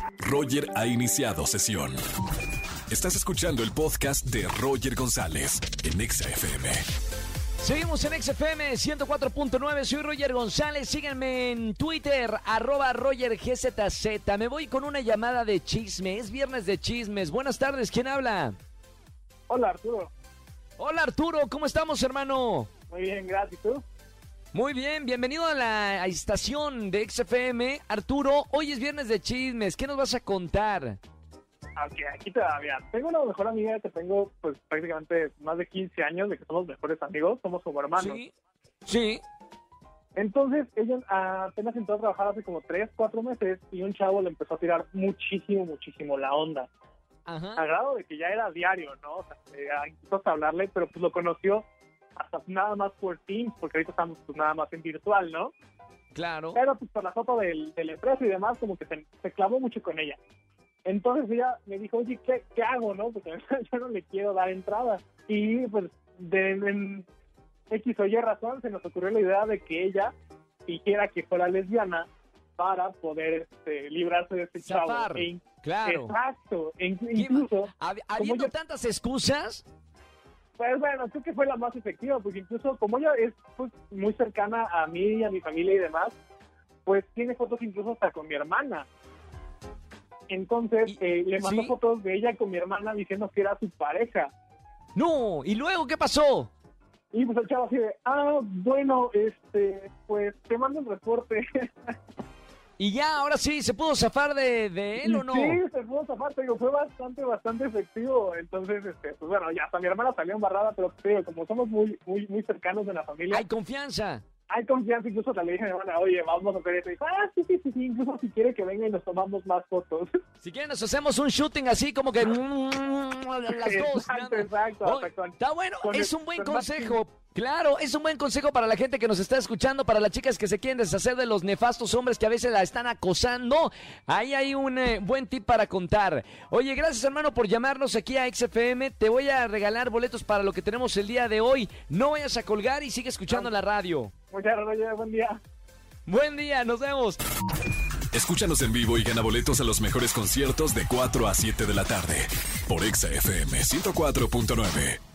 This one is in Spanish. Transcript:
Roger ha iniciado sesión. Estás escuchando el podcast de Roger González en Exa FM. Seguimos en XFM 104.9, soy Roger González, síganme en Twitter, @RogerGZZ. Me voy con una llamada de chisme, es viernes de chismes. Buenas tardes, ¿quién habla? Hola, Arturo. Hola Arturo, ¿cómo estamos, hermano? Muy bien, gracias. ¿Y tú? Muy bien, bienvenido a la estación de XFM. Arturo, hoy es viernes de chismes, ¿qué nos vas a contar? Aunque aquí todavía. Tengo una mejor amiga que tengo pues prácticamente más de 15 años, de que somos mejores amigos, somos como hermanos. Sí. Entonces, ella apenas entró a trabajar hace como 3, 4 meses y un chavo le empezó a tirar muchísimo la onda. Ajá. A grado de que ya era diario, ¿no? O sea, incluso hasta hablarle, pero pues lo conoció hasta nada más por Teams, porque ahorita estamos pues nada más en virtual, ¿no? Claro. Pero pues por la foto del empresa y demás, como que se clavó mucho con ella. Entonces ella me dijo, oye, ¿qué hago, no? Porque yo no le quiero dar entrada. Y pues en X o Y razón se nos ocurrió la idea de que ella fingiera que fuera lesbiana para poder librarse de este chavo. Claro. Exacto. Incluso... ¿Habiendo tantas excusas? Pues bueno, creo que fue la más efectiva, porque incluso como ella es pues, muy cercana a mí y a mi familia y demás, pues tiene fotos incluso hasta con mi hermana. Entonces le mandó fotos de ella con mi hermana diciendo que era su pareja. No, ¿y luego qué pasó? Y pues el chavo así de, bueno, pues te mando un reporte. ¿Y ya, ahora sí, se pudo zafar de él o no? Sí, se pudo zafar, te digo, fue bastante efectivo. Entonces, pues bueno, ya hasta mi hermana salió embarrada, pero te digo, como somos muy cercanos en la familia. Hay confianza. Hay confianza, incluso le dije a mi hermana, oye, vamos a hacer eso. Y dijo, sí, incluso si quiere que venga y nos tomamos más fotos. Si quieren nos hacemos un shooting así como que las dos. Exacto. Está bueno, es un buen consejo. Claro, es un buen consejo para la gente que nos está escuchando, para las chicas que se quieren deshacer de los nefastos hombres que a veces la están acosando. Ahí hay un buen tip para contar. Oye, gracias hermano por llamarnos aquí a XFM. Te voy a regalar boletos para lo que tenemos el día de hoy. No vayas a colgar y sigue escuchando la radio. Muchas gracias, buen día. Buen día, nos vemos. Escúchanos en vivo y gana boletos a los mejores conciertos de 4 a 7 de la tarde por Exa FM 104.9.